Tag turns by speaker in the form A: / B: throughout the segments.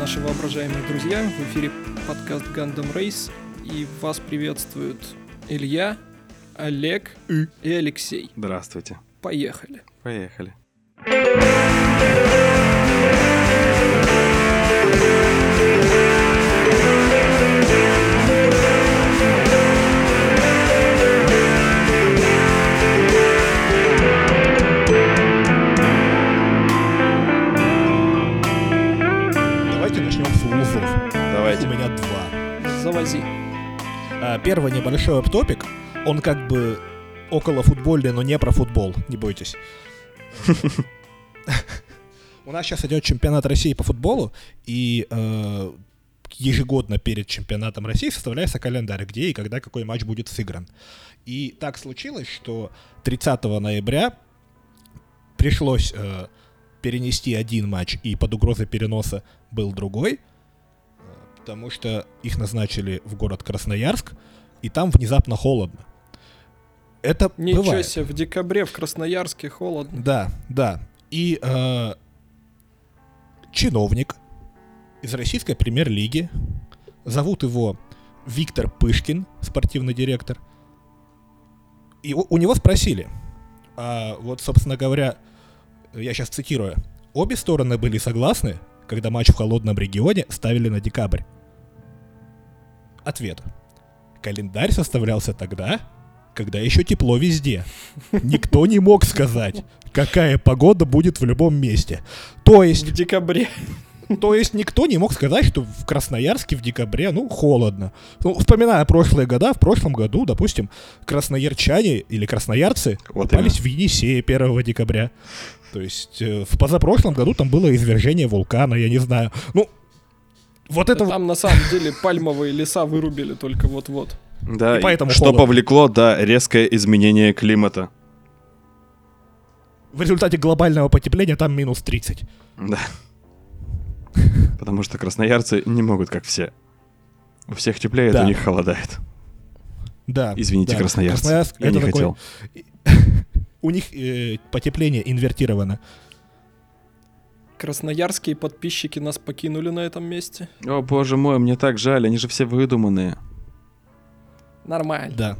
A: наши воображаемые друзья. В эфире подкаст Gundam Race. И вас приветствуют Илья, Олег и Алексей.
B: Здравствуйте.
A: Поехали.
B: Поехали.
C: Давайте начнем с улузов.
B: Давайте.
C: У меня два.
A: Завози.
C: Первый небольшой оптопик. Он как бы около футбольный, но не про футбол. Не бойтесь. У нас сейчас идет чемпионат России по футболу, и ежегодно перед чемпионатом России составляется календарь, где и когда какой матч будет сыгран. И так случилось, что 30 ноября пришлось перенести один матч, и под угрозой переноса был другой, потому что их назначили в город Красноярск, и там внезапно холодно. Это
A: Ничего
C: бывает.
A: себе, в декабре в Красноярске холодно.
C: Да, да. И чиновник из российской премьер-лиги, зовут его Виктор Пышкин, спортивный директор, и у него спросили, вот, собственно говоря, я сейчас цитирую, обе стороны были согласны, когда матч в холодном регионе ставили на декабрь. Ответ. Календарь составлялся тогда, когда еще тепло везде. Никто не мог сказать, какая погода будет в любом месте. То есть
A: В декабре.
C: никто не мог сказать, что в Красноярске в декабре, холодно. Вспоминая прошлые года, в прошлом году, допустим, красноярчане или красноярцы
B: Вот
C: купались в Енисее 1 декабря. То есть в позапрошлом году там было извержение вулкана, я не знаю. Вот это
A: Там на самом деле пальмовые леса вырубили только вот-вот.
B: Да,
C: И поэтому
B: что
C: холодно.
B: повлекло, резкое изменение климата.
C: в результате глобального потепления там минус 30.
B: Да. Потому что красноярцы не могут, как все. У всех теплеет,
C: Да.
B: у них холодает.
C: Да.
B: Извините,
C: да.
B: красноярцы.
C: Красноярск
B: Я
C: это
B: не
C: такой-
B: хотел.
C: У них потепление инвертировано.
A: Красноярские подписчики нас покинули на этом месте.
B: О, боже мой, мне так жаль, они же все выдуманные.
A: Нормально.
C: Да.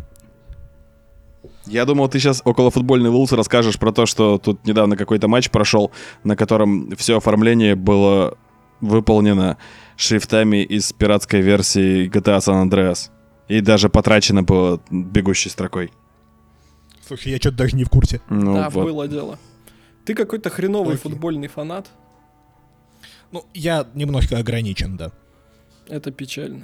B: Я думал, ты сейчас около футбольной лулс расскажешь про то, что тут недавно какой-то матч прошел, на котором все оформление было выполнено шрифтами из пиратской версии GTA San Andreas. И даже потрачено было бегущей строкой.
C: Слушай, я что-то даже не в курсе.
A: Да,
B: Вот.
A: было дело. Ты какой-то хреновый
C: Окей.
A: футбольный фанат.
C: Я немножко ограничен, да.
A: Это печально.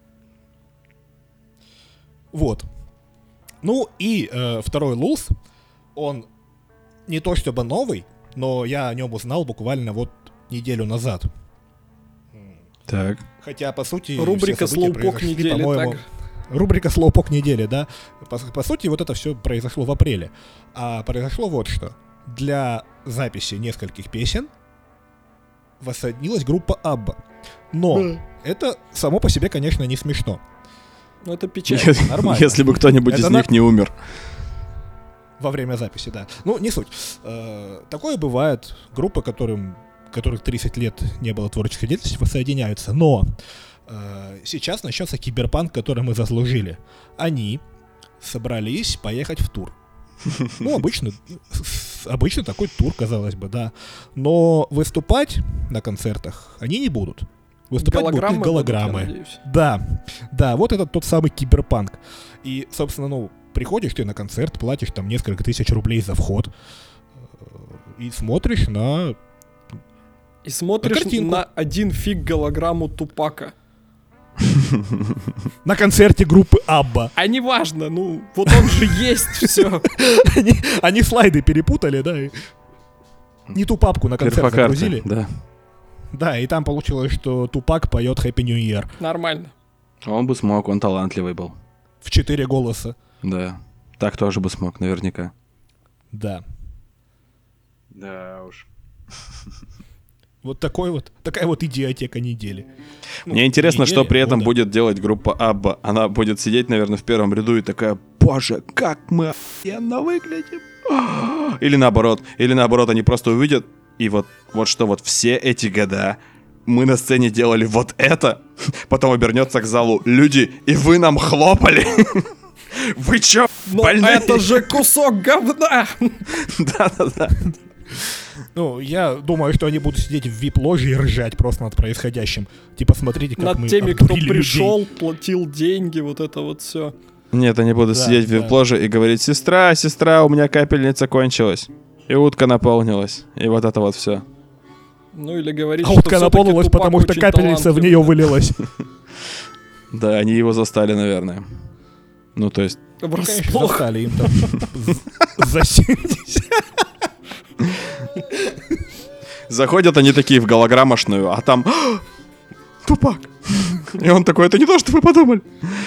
C: Вот. И второй лулс, он не то чтобы новый, но я о нем узнал буквально неделю назад.
B: Так.
C: Хотя, по сути,
A: Рубрика
C: все события
A: «Слоупок
C: произошли,
A: недели»,
C: по-моему,
A: так?
C: Рубрика «Слоупок недели», да. По сути, вот это все произошло в апреле. А произошло вот что. Для записи нескольких песен воссоединилась группа Абба. Но это само по себе, конечно, не смешно.
A: Это печально.
C: Нормально.
B: Если бы кто-нибудь
C: Это
B: из них не умер.
C: Во время записи, да. Не суть. Такое бывает. Группы, которых 30 лет не было творческой деятельности, воссоединяются. Но сейчас начнется киберпанк, который мы заслужили. Они собрались поехать в тур. Обычно такой тур, казалось бы, да. Но выступать на концертах они не будут. Выступать будут их
A: будут, я
C: голограммы.
A: надеюсь.
C: Да, вот это тот самый киберпанк. И, собственно, приходишь ты на концерт, платишь там несколько тысяч рублей за вход и смотришь на...
A: И смотришь
C: картинку.
A: на один фиг голограмму Тупака.
C: На концерте группы Абба.
A: А неважно, вот он же есть, все.
C: Они слайды перепутали, да, и не ту папку на концерт
B: Перфокарты,
C: загрузили.
B: да.
C: Да, и там получилось, что Тупак поет Happy New Year
A: Нормально.
B: Он бы смог, он талантливый был.
C: в 4 голоса.
B: Да. Так тоже бы смог, наверняка.
C: Да.
B: Да уж.
C: Такая вот идиотека недели.
B: Мне интересно,
C: недели,
B: что при этом
C: года.
B: будет делать группа Абба. Она будет сидеть, наверное, в первом ряду и такая: боже, как мы охуенно выглядим. Или наоборот, они просто увидят, и вот что все эти года мы на сцене делали вот это, потом обернется к залу люди, и вы нам хлопали. Вы чё,
A: Но
B: больные?
A: это же кусок говна!
B: Да-да-да.
C: Ну, я думаю, что они будут сидеть в VIP-ложе и ржать просто над происходящим. Типа, смотрите, как мы
A: Над теми, кто
C: обдурили
A: пришел,
C: людей.
A: платил деньги, вот это вот все.
B: Нет, они будут
C: Да,
B: сидеть в
C: да.
B: вип-ложе и говорить: сестра, у меня капельница кончилась. И утка наполнилась. И вот это вот все.
A: Ну или говорить,
C: А
A: что
C: утка
A: всё-таки
C: наполнилась,
A: Тупак
C: потому что
A: очень
C: капельница в
A: талантливый.
C: нее вылилась.
B: Да, они его застали, наверное. Ну, то есть...
C: Конечно,
A: Врасплох.
C: застали им там за 70.
B: Заходят они такие в голограммошную, а там... Тупак! И он такой: это не то, что вы подумали.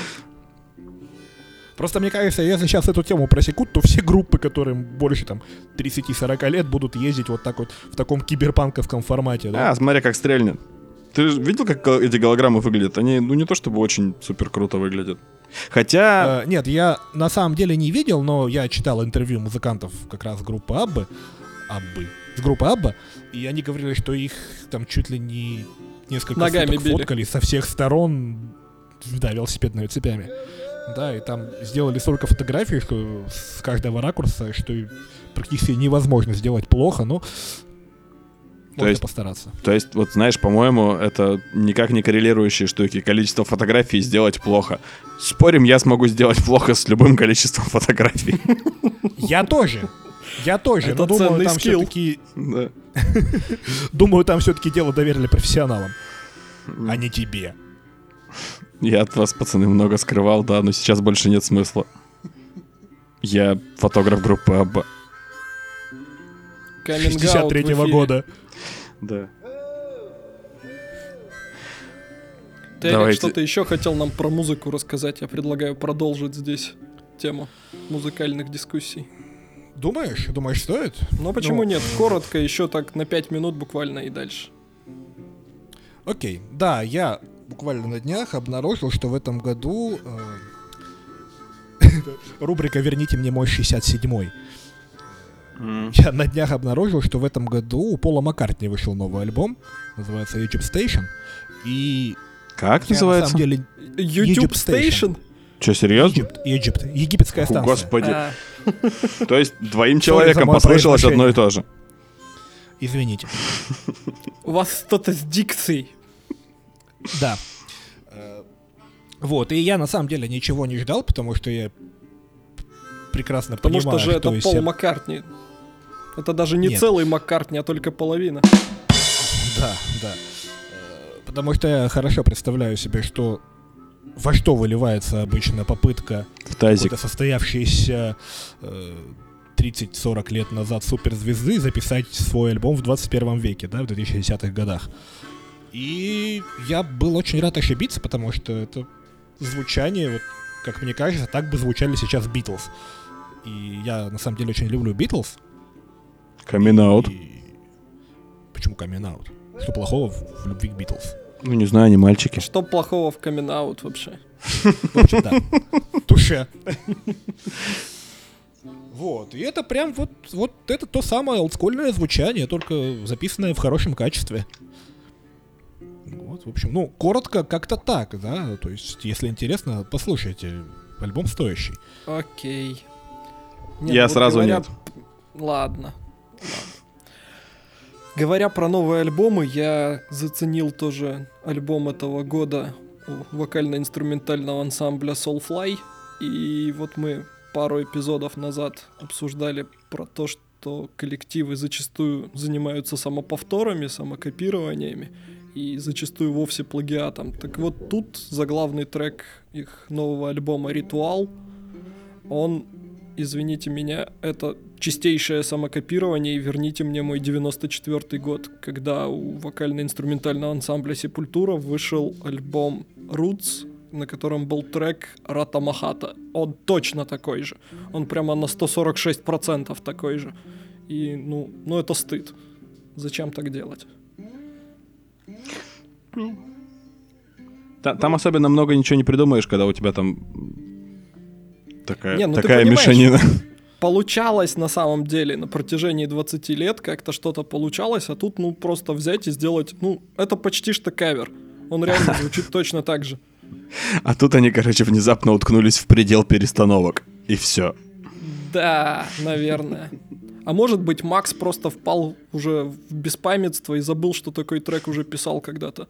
C: Просто мне кажется, если сейчас эту тему просекут, то все группы, которым больше там 30-40 лет, будут ездить вот так вот в таком киберпанковском формате, да?
B: А, смотри, как стрельнет. Ты же видел, как эти голограммы выглядят? Они, ну, не то чтобы очень супер круто выглядят. Хотя...
C: Нет, я на самом деле не видел, но я читал интервью музыкантов как раз группы с группы Абба, и они говорили, что их там чуть ли не несколько
A: Ногами
C: суток
A: били.
C: фоткали со всех сторон, да, велосипедными цепями. Да, и там сделали столько фотографий, что с каждого ракурса, что и практически невозможно сделать плохо, но можно
B: есть-
C: постараться.
B: То есть, вот знаешь, по-моему, это никак не коррелирующие штуки. Количество фотографий сделать плохо. Спорим, я смогу сделать плохо с любым количеством фотографий.
C: Я тоже.
A: Это
C: Но думаю,
A: ценный
C: там
A: скилл.
C: все-таки
B: Да.
C: Думаю, там все-таки дело доверили профессионалам, а не тебе.
B: Я от вас, пацаны, много скрывал, да, но сейчас больше нет смысла. Я фотограф группы Абба.
A: Каминг-аут в
C: 63-го
A: эфире.
C: года.
B: Да.
A: Ты, Олег,
B: Давайте.
A: что-то еще хотел нам про музыку рассказать? Я предлагаю продолжить здесь тему музыкальных дискуссий.
C: Думаешь, стоит?
A: Но почему
C: Ну,
A: нет? Коротко, еще так на 5 минут буквально и дальше.
C: Окей, да, я буквально на днях обнаружил, что в этом году рубрика «Верните мне мой 67-й». Я на днях обнаружил, что в этом году у Пола Маккартни вышел новый альбом, называется Egypt Station, и
B: Как
C: я на
B: называется?
C: самом деле
A: YouTube
C: Station.
A: Station?
B: Че, серьезно?
C: египетская
B: Фу,
C: станция.
B: господи.
A: А,
B: То есть двоим
C: Sorry
B: человеком
C: за мое
B: послышалось
C: произношение.
B: одно и то же.
C: Извините.
A: у вас что-то с дикцией.
C: Да. Вот, и я на самом деле ничего не ждал, потому что я прекрасно
A: Потому
C: понимаю,
A: что же это
C: из
A: Пол
C: себя-
A: Маккартни. Это даже не
C: Нет.
A: целый Маккартни, а только половина.
C: Да. Потому что я хорошо представляю себе, что во что выливается обычно попытка
B: В тазик.
C: какой-то состоявшейся 30-40 лет назад суперзвезды записать свой альбом в 21 веке, да, в 2010-х годах. И я был очень рад ошибиться, потому что это звучание, вот, как мне кажется, так бы звучали сейчас Битлз. И я на самом деле очень люблю Битлз.
B: Камин-аут.
C: И- Почему камин-аут? Что плохого в любви к Битлз?
B: Ну, не знаю, они мальчики.
A: Что плохого в камин-аут вообще?
C: В общем, да. Туше. Вот. И это прям вот это то самое олдскульное звучание, только записанное в хорошем качестве. Вот, в общем, ну, коротко как-то так, да. То есть, если интересно, послушайте. Альбом стоящий.
A: Окей.
B: Я
A: вот
B: сразу
A: говоря-
B: нет.
A: Ладно. Говоря про новые альбомы, я заценил тоже альбом этого года у вокально-инструментального ансамбля Soulfly. И вот мы пару эпизодов назад обсуждали про то, что коллективы зачастую занимаются самоповторами, самокопированиями и зачастую вовсе плагиатом. Так вот тут заглавный трек их нового альбома «Ритуал», он, извините меня, это чистейшее самокопирование, и верните мне мой 94-й год, когда у вокально-инструментального ансамбля «Сепультура» вышел альбом «Roots», на котором был трек «Рата Махата». Он точно такой же. Он прямо на 146% такой же. И, ну это стыд. Зачем так делать?
B: Там особенно много ничего не придумаешь, когда у тебя там такая,
A: Не, ну ты
B: такая
A: понимаешь.
B: мешанина.
A: получалось на самом деле на протяжении 20 лет, как-то что-то получалось, а тут, ну, просто взять и сделать, ну, это почти что кавер. Он реально звучит точно так же.
B: А тут они, короче, внезапно уткнулись в предел перестановок. И все.
A: Да, наверное. А может быть, Макс просто впал уже в беспамятство и забыл, что такой трек уже писал когда-то.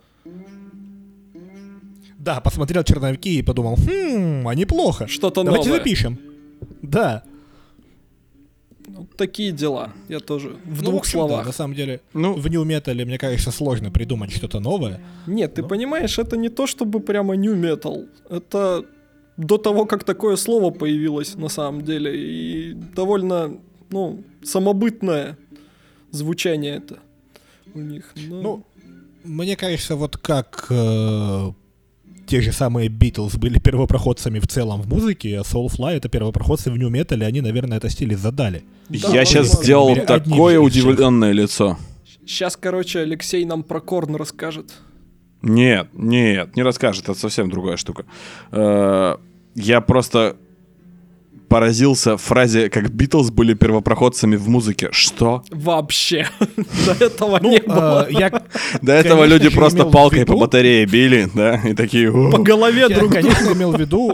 C: Да, посмотрел черновики и подумал, а неплохо.
A: Что-то
C: Давайте
A: новое.
C: запишем. Да.
A: Ну, такие дела. Я тоже в
C: Ну,
A: двух
C: в общем, да,
A: словах.
C: на самом деле,
B: Ну.
C: в New Metal, мне кажется, сложно придумать что-то новое.
A: Нет, ты понимаешь, это не то чтобы прямо new metal. Это до того, как такое слово появилось на самом деле. И довольно, ну, самобытное звучание это у них.
C: Ну, мне кажется, вот как те же самые Beatles были первопроходцами в целом в музыке, а Soulfly — это первопроходцы в New Metal, и они, наверное, это стиль и задали.
A: Да,
B: Я сейчас
A: возможно.
B: сделал
C: Одни
B: такое
C: из всех.
B: удивленное лицо.
A: Сейчас, короче, Алексей нам про Корн расскажет.
B: Нет, не расскажет, это совсем другая штука. Я просто поразился фразе, как Битлз были первопроходцами в музыке. Что?
A: Вообще. До этого
C: Ну,
A: не было.
C: я,
B: До этого
C: конечно
B: люди
C: же,
B: просто
C: имел в
B: палкой по
C: виду-
B: батарее били, да, и такие... «О».
A: По голове
C: я,
A: друг друга.
C: конечно, имел в виду...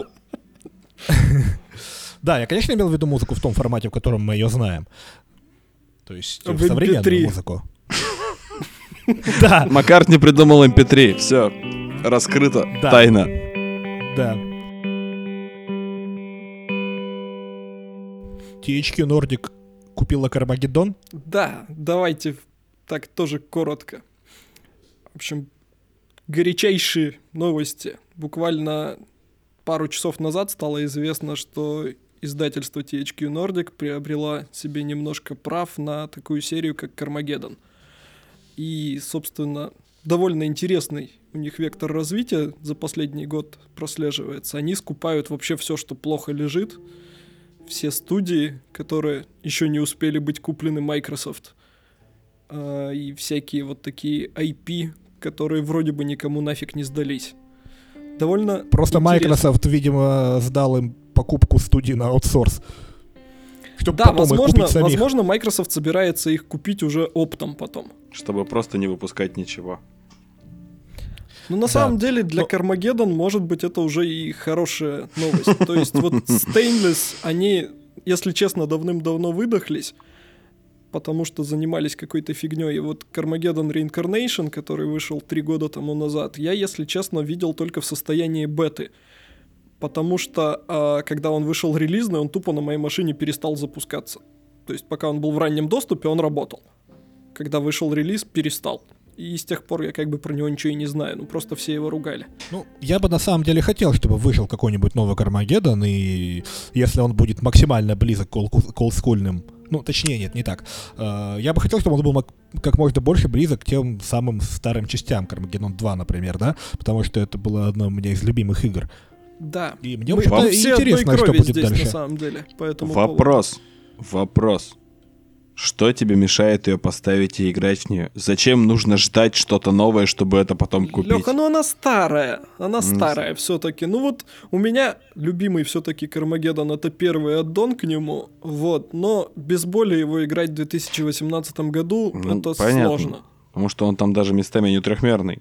C: Да, я, конечно, имел в виду музыку в том формате, в котором мы ее знаем. То есть
A: В
C: в современную
A: MP3.
C: музыку. Да,
B: Маккартни придумал MP3. Все, раскрыто,
C: Да.
B: тайна.
C: да. THQ Nordic купила Кармагеддон.
A: Да, давайте так тоже коротко. В общем, горячейшие новости. Буквально пару часов назад стало известно, что издательство THQ Nordic приобрело себе немножко прав на такую серию, как Кармагеддон. И, собственно, довольно интересный у них вектор развития за последний год прослеживается. Они скупают вообще все, что плохо лежит. Все студии, которые еще не успели быть куплены Microsoft. И всякие вот такие IP, которые вроде бы никому нафиг не сдались. Довольно
C: Просто
A: интересно.
C: Microsoft, видимо, сдал им покупку студии на аутсорс. Чтобы
A: Да,
C: потом их
A: возможно,
C: купить самих.
A: возможно, Microsoft собирается их купить уже оптом потом.
B: Чтобы просто не выпускать ничего.
A: Но на
C: Да.
A: самом деле для
C: Но-
A: Carmageddon, может быть, это уже и хорошая новость. То есть вот Stainless, они, если честно, давным-давно выдохлись, потому что занимались какой-то фигней. И вот Carmageddon Reincarnation, который вышел 3 года тому назад, я, если честно, видел только в состоянии беты. Потому что, когда он вышел релизный, он тупо на моей машине перестал запускаться. То есть пока он был в раннем доступе, он работал. Когда вышел релиз, перестал. И с тех пор я как бы про него ничего и не знаю. Ну, просто все его ругали.
C: Ну, я бы на самом деле хотел, чтобы вышел какой-нибудь новый Кармагеддон, и если он будет максимально близок к олдскульным, ну, точнее, нет, не так. Я бы хотел, чтобы он был как можно больше близок к тем самым старым частям, Кармагеддон 2, например, да, потому что это было одно у меня из любимых игр.
A: Да.
C: И мне, в
A: Мы
C: общем-то,
A: все одной
C: интересно, что
A: крови
C: будет
A: здесь,
C: дальше.
A: на самом деле. По этому поводу.
B: Вопрос. Что тебе мешает ее поставить и играть в нее? Зачем нужно ждать что-то новое, чтобы это потом купить?
A: Леха, ну она старая. Она
B: Ну,
A: старая все-таки. Ну вот у меня любимый все-таки Кармагеддон, это первый аддон к нему. Вот. Но без боли его играть в 2018 году,
B: Ну,
A: это
B: понятно.
A: сложно.
B: Потому что он там даже местами не трехмерный.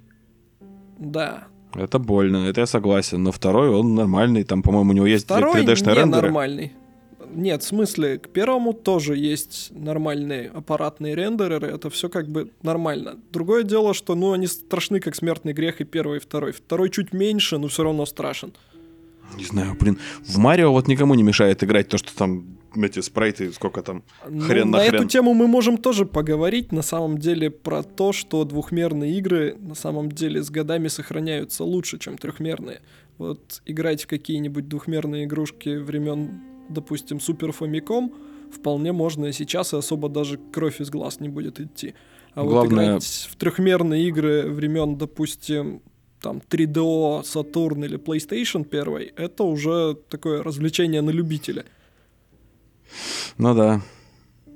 A: Да.
B: Это больно, это я согласен. Но второй, он нормальный. Там, по-моему, у него есть
A: Второй
B: 3D-шные рендеры.
A: нормальный. Нет, в смысле, к первому тоже есть нормальные аппаратные рендереры, это все как бы нормально. Другое дело, что, ну, они страшны, как смертный грех, и первый, и второй. Второй чуть меньше, но все равно страшен.
B: Не знаю, блин. В Марио вот никому не мешает играть то, что там эти спрайты, сколько там, хрен
A: Ну,
B: на
A: на
B: хрен.
A: эту тему мы можем тоже поговорить, на самом деле, про то, что двухмерные игры, на самом деле, с годами сохраняются лучше, чем трехмерные. Вот играть в какие-нибудь двухмерные игрушки времен, допустим, Супер Famicom вполне можно и сейчас, и особо даже кровь из глаз не будет идти. А вот
B: Главное-
A: играть в трехмерные игры времен, допустим, там 3DO, Saturn или PlayStation 1, это уже такое развлечение на любителя.
B: Ну да.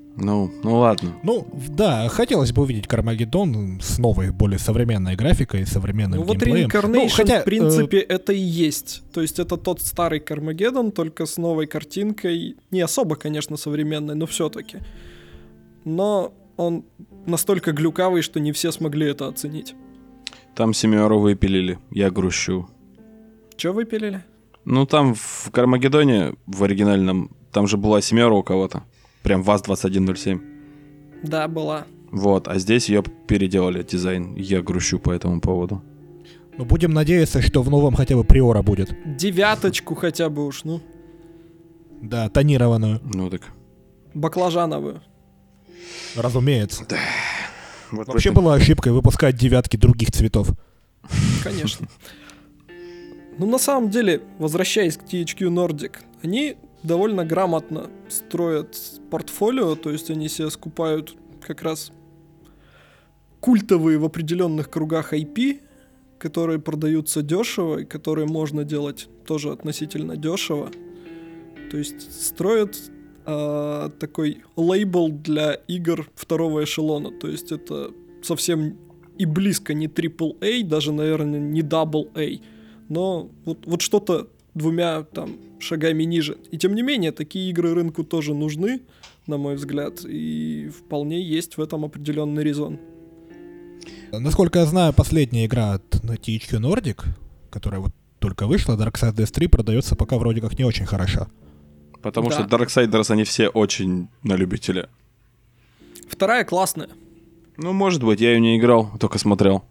B: Ну ладно.
C: Ну, да, хотелось бы увидеть Кармагеддон с новой, более современной графикой, современным
A: Ну вот
C: геймплеем.
A: Reincarnation, в принципе, это и есть. То есть это тот старый Кармагеддон, только с новой картинкой. Не особо, конечно, современной, но все-таки. Но он настолько глюкавый, что не все смогли это оценить.
B: Там 7 выпилили, я грущу.
A: Че выпилили?
B: Ну там в Кармагеддоне, в оригинальном, там же была 7 у кого-то. Прям ВАЗ-2107.
A: Да, была.
B: Вот, а здесь ее переделали, дизайн. Я грущу по этому поводу.
C: Ну, будем надеяться, что в новом хотя бы Приора будет.
A: 9 хотя бы уж, ну.
C: Да, тонированную.
B: Ну так.
A: Баклажановую.
C: Разумеется.
B: Вот
C: Вообще была ошибкой выпускать 9 других цветов.
A: Конечно. Ну, на самом деле, возвращаясь к THQ Nordic, они довольно грамотно строят портфолио, то есть они себе скупают как раз культовые в определенных кругах IP, которые продаются дешево и которые можно делать тоже относительно дешево. То есть строят такой лейбл для игр второго эшелона. То есть это совсем и близко не AAA, даже, наверное, не AA, но вот что-то 2 там шагами ниже. И тем не менее, такие игры рынку тоже нужны, на мой взгляд, и вполне есть в этом определенный резон.
C: Насколько я знаю, последняя игра от THQ Nordic, которая вот только вышла, Darksiders 3, продается пока вроде как не очень хорошо.
B: Потому
A: Да.
B: что Darksiders, они все очень на любителя.
A: 2 классная.
B: Ну, может быть, я ее не играл, только смотрел.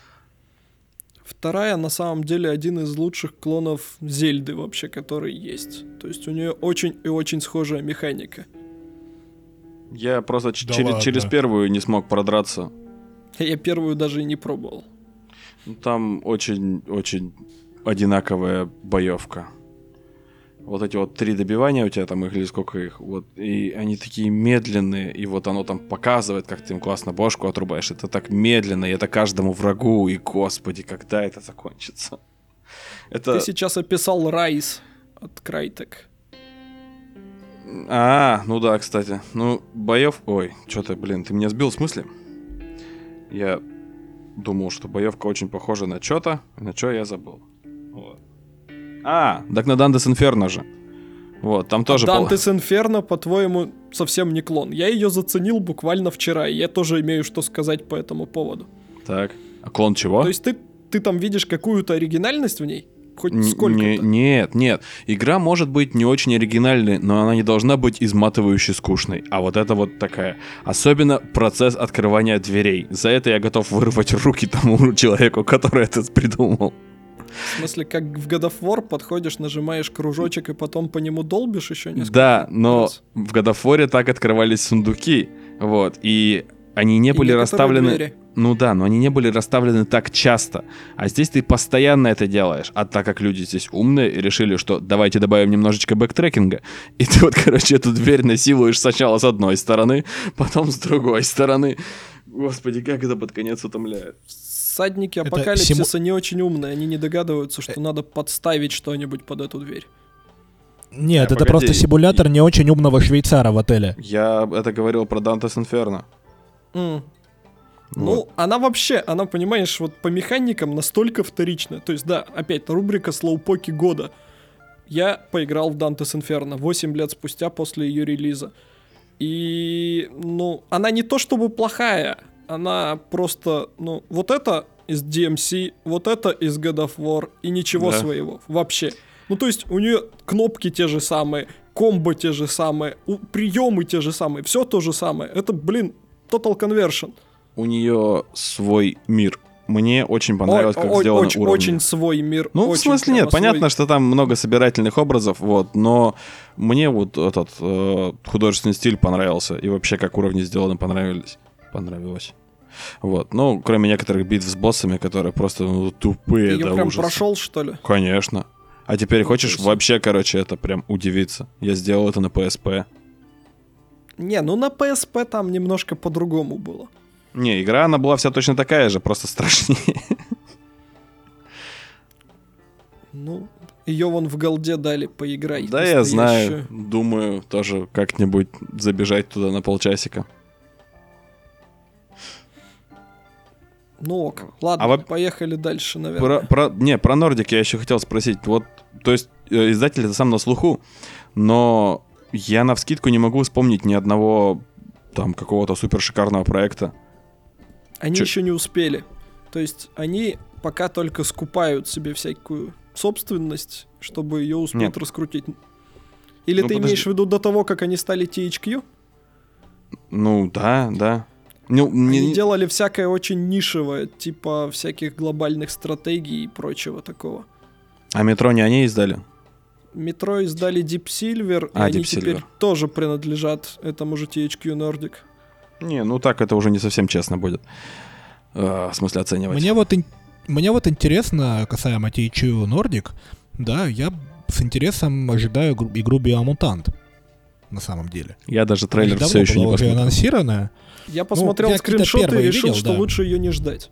A: 2 на самом деле один из лучших клонов Зельды вообще, который есть. То есть у нее очень и очень схожая механика.
B: Я просто
C: Да ладно.
B: через первую не смог продраться.
A: Я первую даже и не пробовал.
B: Ну, там очень-очень одинаковая боевка. Вот эти вот 3 добивания у тебя там, их или сколько их, вот, и они такие медленные, и вот оно там показывает, как ты им классно бошку отрубаешь. Это так медленно, и это каждому врагу, и, господи, когда это закончится? Это...
A: Ты сейчас описал Райс от Crytek.
B: Ну да, кстати. Ну, Ой, что-то, блин, ты меня сбил в смысле? Я думал, что боевка очень похожа на что-то, на что я забыл. Вот. Так на Dante's Inferno же. Вот, там тоже...
A: Dante's Inferno, по-твоему, совсем не клон. Я ее заценил буквально вчера, и я тоже имею что сказать по этому поводу.
B: Так, а клон чего?
A: То есть ты там видишь какую-то оригинальность в ней? Хоть сколько-то?
B: Нет. Игра может быть не очень оригинальной, но она не должна быть изматывающей скучной. А вот это вот такая. Особенно процесс открывания дверей. За это я готов вырвать руки тому человеку, который это придумал.
A: В смысле, как в God of War подходишь, нажимаешь кружочек и потом по нему долбишь еще несколько
B: Да, но
A: раз?
B: в God of War так открывались сундуки. Вот, и они не
A: И
B: были
A: некоторые
B: расставлены...
A: двери.
B: Ну да, но они не были расставлены так часто. А здесь ты постоянно это делаешь. А так как люди здесь умные, решили, что давайте добавим немножечко бэктрекинга. И ты вот, короче, эту дверь насилуешь сначала с одной стороны, потом с другой стороны. Господи, как это под конец утомляет.
A: Всадники
C: Это
A: апокалипсиса не очень умные, они не догадываются, что надо подставить что-нибудь под эту дверь.
C: Нет, это
B: погоди.
C: просто симулятор не очень умного швейцара в отеле.
B: Я это говорил про Dante's Inferno.
A: Ну,
B: Вот.
A: она вообще, она, понимаешь, вот по механикам настолько вторичная. То есть, да, опять, рубрика «Слоупоки года». Я поиграл в Dante's Inferno 8 лет спустя после ее релиза. И, ну, она не то чтобы плохая, она просто, ну, вот это из DMC, вот это из God of War, и ничего
B: Да.
A: своего, вообще. Ну, то есть, у нее кнопки те же самые, комбо те же самые, приемы те же самые, все то же самое. Это, блин, Total Conversion.
B: У нее свой мир. Мне очень понравилось, как сделаны
A: очень,
B: уровни.
A: очень свой мир.
B: Ну, в
A: очень
B: смысле
A: прямо
B: нет, понятно,
A: свой.
B: что там много собирательных образов, вот, но мне вот этот художественный стиль понравился, и вообще, как уровни сделаны, понравилось. Вот, ну, кроме некоторых битв с боссами, которые просто тупые
A: Ты ее
B: до
A: прям
B: ужаса.
A: прошел, что ли?
B: Конечно. А теперь хочешь
A: есть.
B: вообще, короче, это прям удивиться. Я сделал это на PSP.
A: Не, ну на PSP там немножко по-другому было.
B: Не, игра, она была вся точно такая же, просто страшнее.
A: Ну, ее вон в голде дали, поиграй.
B: Да, я знаю.
A: настоящую.
B: Думаю, тоже как-нибудь забежать туда на полчасика.
A: Ну ок, ладно,
B: А
A: поехали дальше, наверное.
B: Про Nordic я еще хотел спросить. Вот, то есть, издатель это сам на слуху, но я навскидку не могу вспомнить ни одного там какого-то супер шикарного проекта.
A: Они
B: Чё?
A: еще не успели. То есть они пока только скупают себе всякую собственность, чтобы ее успеть
B: Нет.
A: раскрутить. Или
B: Ну,
A: ты
B: подожди.
A: имеешь в виду до того, как они стали THQ?
B: Ну, да. Ну,
A: Они делали всякое очень нишевое, типа всяких глобальных стратегий и прочего такого.
B: А метро не они издали?
A: Метро издали Deep Silver, и
B: А,
A: они
B: Deep
A: теперь
B: Silver.
A: тоже принадлежат этому же THQ Nordic.
B: Не, ну так это уже не совсем честно будет. В смысле оценивать.
C: Мне вот интересно, касаемо THQ Nordic, да, я с интересом ожидаю игру Biomutant, на самом деле.
B: Я даже трейлер
C: Давно
B: все еще не
C: была уже
B: посмотрел.
C: анонсирована.
A: Я посмотрел
C: я какие-то
A: скриншоты и
C: первые
A: решил,
C: видел,
A: что
C: да.
A: лучше ее не ждать.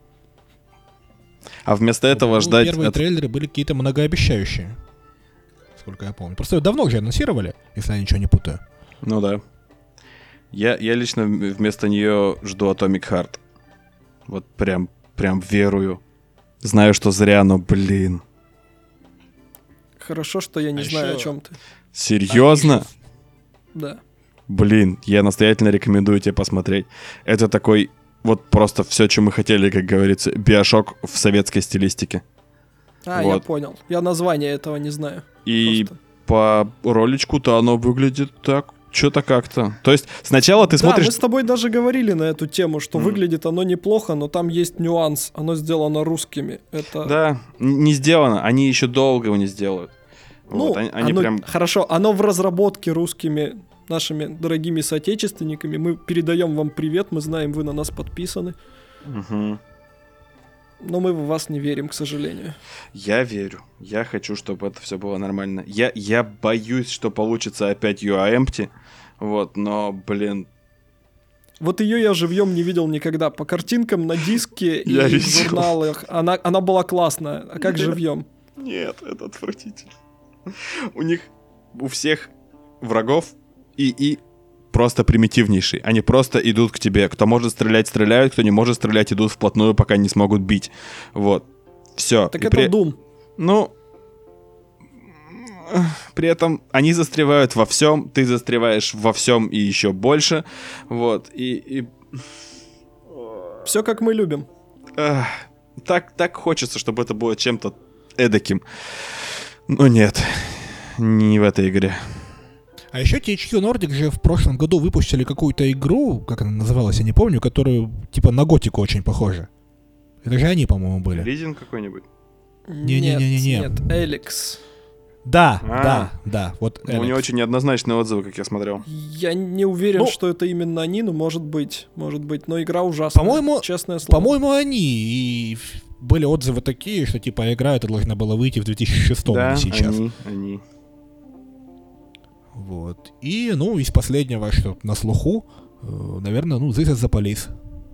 B: А вместо этого
C: Ну,
B: ждать...
C: Первые
B: от-
C: трейлеры были какие-то многообещающие, сколько я помню. Просто давно же анонсировали, если я ничего не путаю.
B: Ну да. Я лично вместо нее жду Atomic Heart. Вот прям верую. Знаю, что зря, но, блин.
A: Хорошо, что я не
C: А
A: знаю,
C: ещё-
A: о чем ты.
B: Серьезно?
A: Да.
B: Блин, я настоятельно рекомендую тебе посмотреть. Это такой, вот просто все, что мы хотели, как говорится, Биошок в советской стилистике.
A: Я
B: Вот.
A: понял. Я название этого не знаю.
B: И
A: Просто.
B: по роличку-то оно выглядит так, что-то как-то. То есть сначала ты
A: Да,
B: смотришь...
A: мы с тобой даже говорили на эту тему, что
B: Мгм.
A: выглядит оно неплохо, но там есть нюанс. Оно сделано русскими. Это...
B: Да, не сделано, они еще долго его не сделают.
A: Ну,
B: Вот, они
A: оно-
B: прям...
A: хорошо, оно в разработке русскими нашими дорогими соотечественниками. Мы передаем вам привет, мы знаем, вы на нас подписаны.
B: Мгм.
A: Но мы в вас не верим, к сожалению.
B: Я верю. Я хочу, чтобы это все было нормально. Я боюсь, что получится опять You Are Empty. Вот, но, блин,
A: Вот ее я живьем не видел никогда. По картинкам на диске и
B: Я
A: в
B: видел.
A: журналах она была классная. А как
B: Нет.
A: живьем?
B: нет, это отвратительно. У них, у всех врагов и просто примитивнейший. Они просто идут к тебе. Кто может стрелять, стреляют. Кто не может стрелять, идут вплотную, пока не смогут бить. Вот. Все.
A: Так это Doom.
B: Ну, при этом они застревают во всем, ты застреваешь во всем и еще больше. Вот. И
A: Все как мы любим.
B: ах, так хочется, чтобы это было чем-то эдаким. Но нет, не в этой игре.
C: А еще THQ Nordic же в прошлом году выпустили какую-то игру, как она называлась, я не помню, которую типа на готику очень похожа. Это же они, по-моему, были.
B: Лизинг какой-нибудь?
C: Не-не-не-не-не.
A: Нет, Эликс.
C: Да, вот
B: Ну, у него
C: Alex.
B: очень неоднозначные отзывы, как я смотрел.
A: Я не уверен,
C: Ну,
A: что это именно они, но может быть. Но игра ужасная.
C: По-моему-
A: Честное слово.
C: По-моему, они. И были отзывы такие, что типа игра эта должна была выйти в 2006
B: Да,
C: или сейчас.
B: они.
C: Вот. И, ну, из последнего, что на слуху, наверное, This is the Police.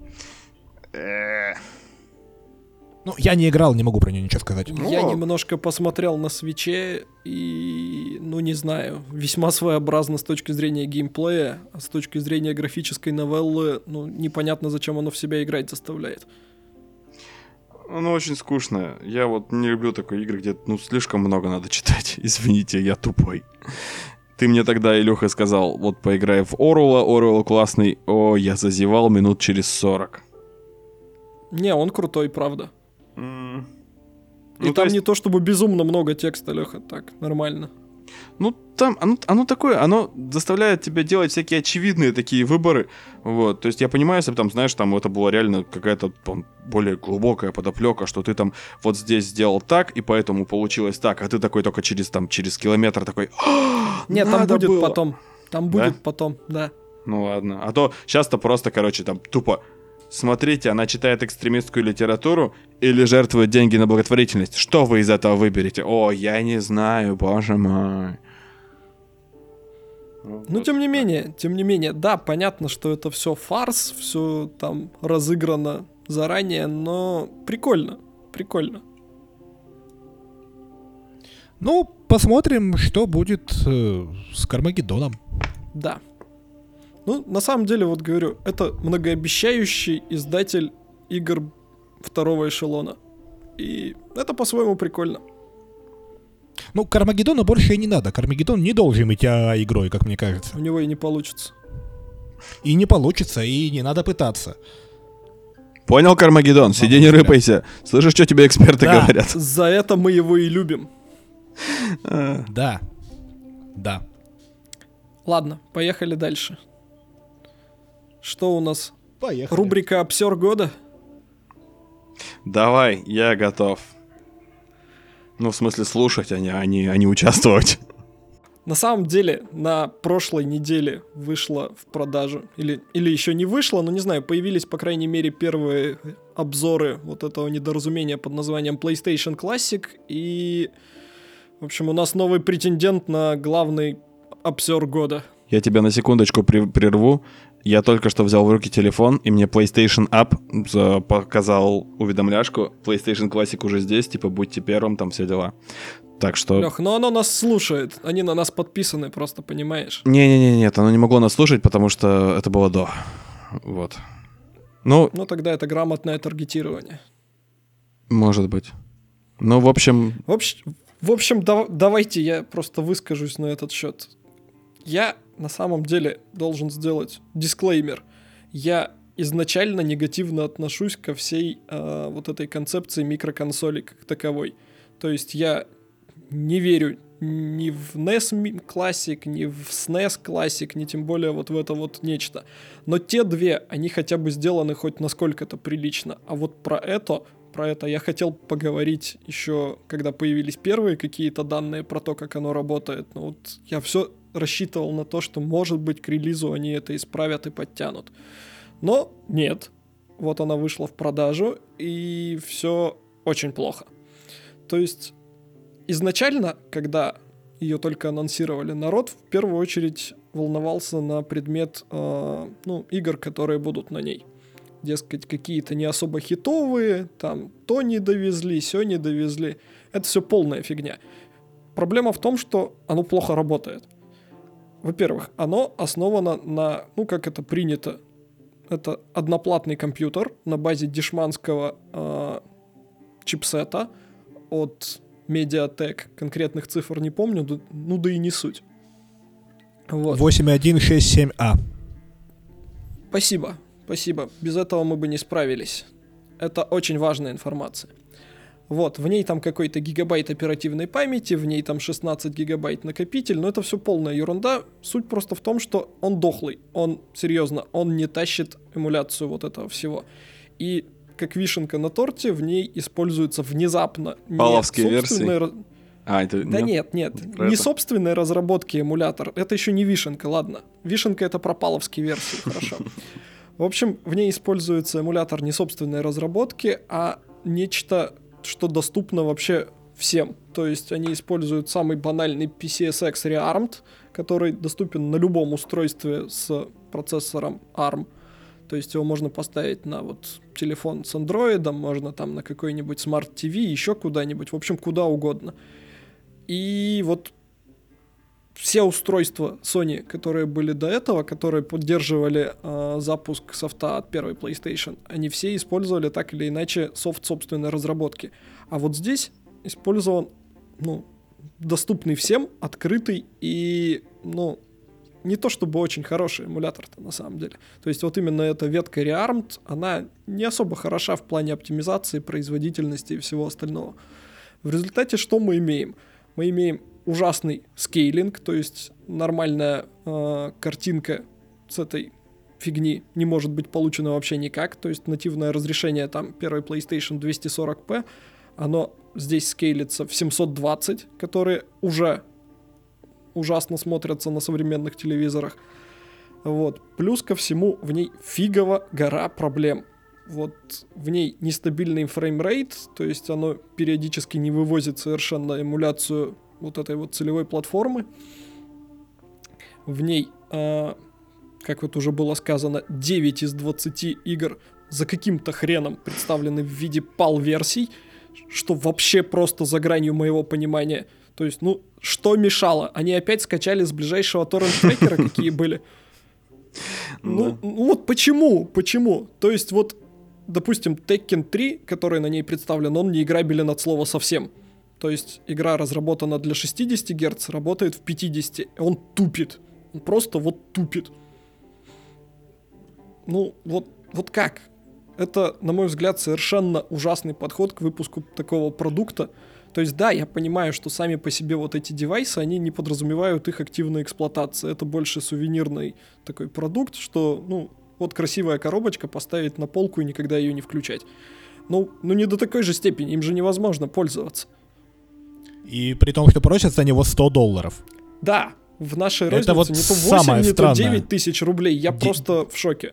C: Ну, я не играл, не могу про нее ничего сказать.
A: Я немножко посмотрел на свече и, не знаю, весьма своеобразно с точки зрения геймплея, а с точки зрения графической новеллы, непонятно, зачем оно в себя играть заставляет.
B: Оно очень скучное. Я вот не люблю такой игры, где слишком много надо читать. Извините, я тупой. Ты мне тогда, Илюха, сказал, вот поиграй в Оруэлла классный. О, я зазевал минут через 40.
A: Не, он крутой, правда. И
B: Ну, то
A: там
B: есть-
A: не то чтобы безумно много текста, Леха, так, нормально.
B: Ну, там, оно такое, оно заставляет тебя делать всякие очевидные такие выборы, вот, то есть я понимаю, если бы там, знаешь, там это была реально какая-то там более глубокая подоплека, что ты там вот здесь сделал так, и поэтому получилось так, а ты такой только через километр такой,
A: Нет, там
B: надо
A: будет
B: было.
A: потом. Там будет потом, да.
B: Ну ладно, а то часто просто, короче, там тупо, смотрите, она читает экстремистскую литературу или жертвует деньги на благотворительность, что вы из этого выберете? О, я не знаю, боже мой.
A: Ну, тем не менее, да, понятно, что это все фарс, все там разыграно заранее, но прикольно.
C: Ну, посмотрим, что будет с Кармагеддоном.
A: Да. Ну, на самом деле, вот говорю, это многообещающий издатель игр второго эшелона. И это по-своему прикольно.
C: Ну, Кармагеддону больше и не надо. Кармагеддон не должен быть игрой, как мне кажется.
A: У него и не получится.
C: И не получится, и не надо пытаться.
B: Понял, Кармагеддон? Сиди, не рыпайся. Слышишь, что тебе эксперты
C: Да.
B: говорят?
A: За это мы его и любим.
C: Да. Да.
A: Ладно, поехали дальше. Что у нас?
C: Поехали.
A: Рубрика «Обсер года».
B: Давай, я готов. Ну, в смысле, слушать, а не участвовать.
A: На самом деле, на прошлой неделе вышла в продажу, или еще не вышла, но не знаю, появились, по крайней мере, первые обзоры вот этого недоразумения под названием PlayStation Classic, и, в общем, у нас новый претендент на главный обсер года.
B: Я тебя на секундочку прерву. Я только что взял в руки телефон, и мне PlayStation App показал уведомляшку. PlayStation Classic уже здесь, типа, будьте первым, там все дела. Так что...
A: Лех, но оно нас слушает, они на нас подписаны, просто понимаешь.
B: Нет, оно не могло нас слушать, потому что это было до. Вот. Ну,
A: Ну, тогда это грамотное таргетирование.
B: может быть. Ну, в общем...
A: В общем, давайте я просто выскажусь на этот счет. Я на самом деле должен сделать дисклеймер. Я изначально негативно отношусь ко всей вот этой концепции микроконсолей как таковой. То есть я не верю ни в NES Classic, ни в SNES Classic, ни тем более вот в это вот нечто. Но те две, они хотя бы сделаны хоть насколько-то прилично. А вот про это я хотел поговорить еще, когда появились первые какие-то данные про то, как оно работает. Но вот я все рассчитывал на то, что, может быть, к релизу они это исправят и подтянут. Но нет. Вот она вышла в продажу, и все очень плохо. То есть изначально, когда ее только анонсировали, народ в первую очередь волновался на предмет игр, которые будут на ней. Дескать, какие-то не особо хитовые, там то не довезли, сё не довезли. Это все полная фигня. Проблема в том, что оно плохо работает. Во-первых, оно основано на, как это принято, это одноплатный компьютер на базе дешманского чипсета от Mediatek. Конкретных цифр не помню, да и не суть. Вот.
C: 8167А.
A: Спасибо. Без этого мы бы не справились. Это очень важная информация. Вот, в ней там какой-то гигабайт оперативной памяти, в ней там 16 гигабайт накопитель, но это все полная ерунда. Суть просто в том, что он дохлый. Он не тащит эмуляцию вот этого всего. И как вишенка на торте, в ней используется внезапно
B: паловские версии.
A: Нет. Не собственной разработки эмулятор. Это еще не вишенка, ладно. Вишенка — это про паловские версии, хорошо. В общем, в ней используется эмулятор не собственной разработки, а нечто, что доступно вообще всем. То есть они используют самый банальный PCSX Rearmed, который доступен на любом устройстве с процессором ARM. То есть его можно поставить на вот телефон с андроидом, можно там на какой-нибудь Smart TV, еще куда-нибудь, в общем, куда угодно. И вот все устройства Sony, которые были до этого, которые поддерживали запуск софта от первой PlayStation, они все использовали так или иначе софт собственной разработки. А вот здесь использован, доступный всем, открытый и, не то чтобы очень хороший эмулятор-то на самом деле. То есть вот именно эта ветка Rearmed, она не особо хороша в плане оптимизации, производительности и всего остального. В результате что мы имеем? Мы имеем ужасный скейлинг, то есть нормальная картинка с этой фигни не может быть получена вообще никак. То есть нативное разрешение там первой PlayStation 240p, оно здесь скейлится в 720, которые уже ужасно смотрятся на современных телевизорах. Вот. Плюс ко всему в ней фигово гора проблем. Вот в ней нестабильный фреймрейт, то есть оно периодически не вывозит совершенно эмуляцию вот этой вот целевой платформы. В ней, как вот уже было сказано, 9 из 20 игр за каким-то хреном представлены в виде PAL-версий, что вообще просто за гранью моего понимания. То есть, ну, что мешало? Они опять скачали с ближайшего торрент-трекера, какие были. Ну, вот почему? Почему? То есть, вот, допустим, Tekken 3, который на ней представлен, он не играбелен от слова совсем. То есть, игра разработана для 60 Гц, работает в 50. Он тупит. Он просто вот тупит. Ну, вот как? Это, на мой взгляд, совершенно ужасный подход к выпуску такого продукта. То есть, да, я понимаю, что сами по себе вот эти девайсы, они не подразумевают их активной эксплуатации. Это больше сувенирный такой продукт, что, ну, вот красивая коробочка, поставить на полку и никогда ее не включать. Ну не до такой же степени, им же невозможно пользоваться.
C: И при том, что просят за него $100.
A: Да, в нашей
C: Это
A: рознице
C: вот
A: не то 8,
C: самое
A: не то
C: странное.
A: 9 тысяч рублей. Я просто в шоке.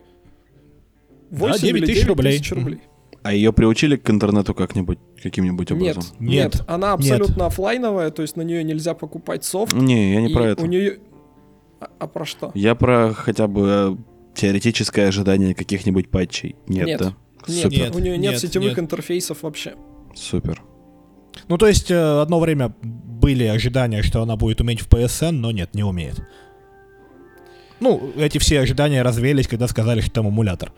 A: 8
C: 9
A: или
C: тысяч
A: 9
C: рублей.
A: тысяч рублей.
B: А ее приучили к интернету как-нибудь, каким-нибудь образом?
A: Нет, она абсолютно оффлайновая, то есть на нее нельзя покупать софт.
B: Не, я не
A: и
B: про это.
A: У нее... А про что?
B: Я про хотя бы теоретическое ожидание каких-нибудь патчей. Нет, да?
A: Нет,
B: Супер.
A: у нее нет
C: Нет,
A: сетевых
C: нет.
A: интерфейсов вообще.
B: Супер.
C: Ну, то есть, одно время были ожидания, что она будет уметь в PSN, но нет, не умеет. Ну, эти все ожидания развеялись, когда сказали, что там эмулятор.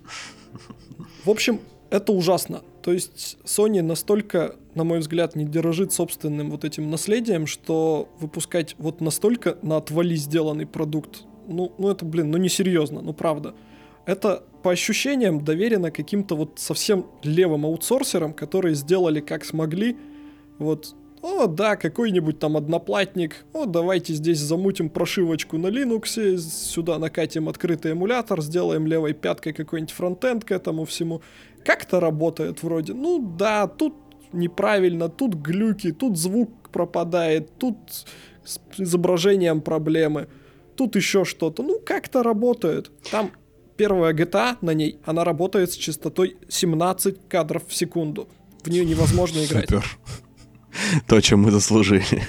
A: В общем, это ужасно. То есть Sony настолько, на мой взгляд, не дорожит собственным вот этим наследием, что выпускать вот настолько на отвали сделанный продукт, ну это, несерьезно, ну правда. Это по ощущениям доверено каким-то вот совсем левым аутсорсерам, которые сделали как смогли. Вот, о да, какой-нибудь там одноплатник, о давайте здесь замутим прошивочку на Linux, сюда накатим открытый эмулятор, сделаем левой пяткой какой-нибудь фронтенд к этому всему. Как-то работает вроде. Ну да, тут неправильно, тут глюки, тут звук пропадает, тут с изображением проблемы, тут еще что-то. Ну как-то работает. Там первая GTA на ней, она работает с частотой 17 кадров в секунду. В нее невозможно играть.
B: Супер. То, чем мы заслужили.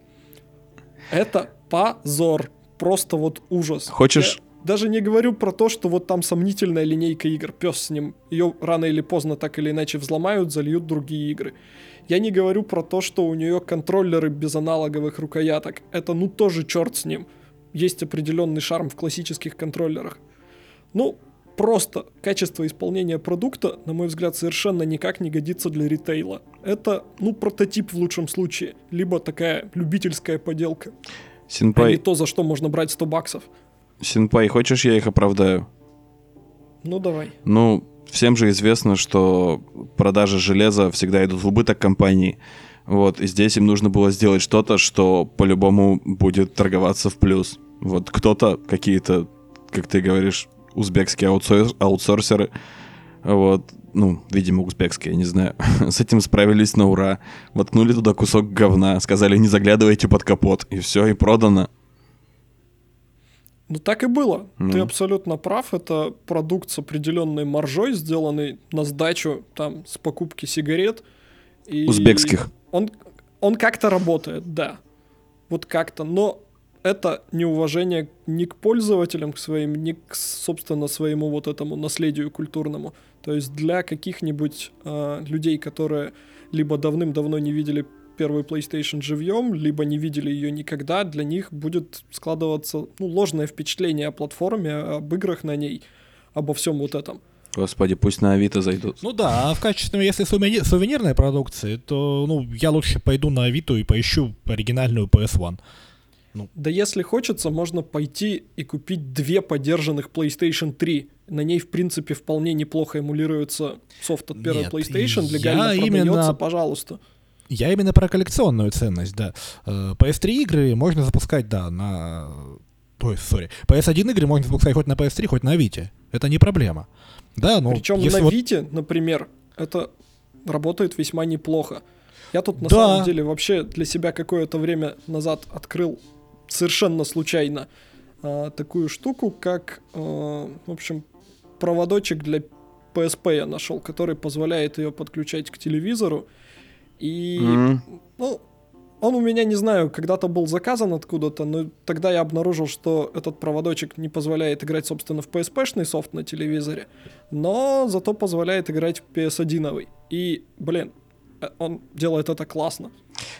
A: Это позор. Просто вот ужас.
B: Хочешь...
A: Я даже не говорю про то, что вот там сомнительная линейка игр. Пес с ним. Ее рано или поздно так или иначе взломают, зальют другие игры. Я не говорю про то, что у нее контроллеры без аналоговых рукояток. Это ну тоже черт с ним. Есть определенный шарм в классических контроллерах. Ну, просто качество исполнения продукта, на мой взгляд, совершенно никак не годится для ритейла. Это, ну, прототип в лучшем случае. Либо такая любительская поделка. А не
B: Синпай,
A: то, за что можно брать $100.
B: Синпай, хочешь, я их оправдаю?
A: Ну, давай.
B: Ну, всем же известно, что продажи железа всегда идут в убыток компании. Вот, и здесь им нужно было сделать что-то, что по-любому будет торговаться в плюс. Вот кто-то, какие-то, как ты говоришь, узбекские аутсорсеры, вот, ну, видимо, узбекские, я не знаю, с этим справились на ура. Воткнули туда кусок говна, сказали, не заглядывайте под капот, и все, и продано.
A: Ну, так и было.
B: Ну.
A: Ты абсолютно прав. Это продукт с определенной маржой, сделанный на сдачу, там, с покупки сигарет. И
B: Узбекских.
A: Он как-то работает, да. Вот как-то. Но это неуважение ни к пользователям к своим, ни к, собственно, своему вот этому наследию культурному. То есть для каких-нибудь людей, которые либо давным-давно не видели первую PlayStation живьем, либо не видели ее никогда, для них будет складываться ложное впечатление о платформе, об играх на ней, обо всем вот этом.
B: Господи, пусть на Авито зайдут.
C: Ну да, а в качестве, если сувенирной продукции, то я лучше пойду на Авито и поищу оригинальную PS1.
A: Да если хочется, можно пойти и купить 2 подержанных PlayStation 3. На ней, в принципе, вполне неплохо эмулируется софт от первой
C: Нет,
A: PlayStation, легально
C: я
A: продается,
C: именно...
A: пожалуйста.
C: Я именно про коллекционную ценность, да. PS3 игры можно запускать, да, на... PS1 игры можно запускать хоть на PS3, хоть на Авито. Это не проблема. Да, ну,
A: Причем
C: если
A: на
C: вот...
A: Вите, например, это работает весьма неплохо. Я тут на
C: Да.
A: самом деле вообще для себя какое-то время назад открыл совершенно случайно такую штуку, как, в общем, проводочек для PSP я нашел, который позволяет ее подключать к телевизору. И, ну, он у меня, не знаю, когда-то был заказан откуда-то, но тогда я обнаружил, что этот проводочек не позволяет играть, собственно, в PSP-шный софт на телевизоре, но зато позволяет играть в PS1. И, блин, он делает это классно.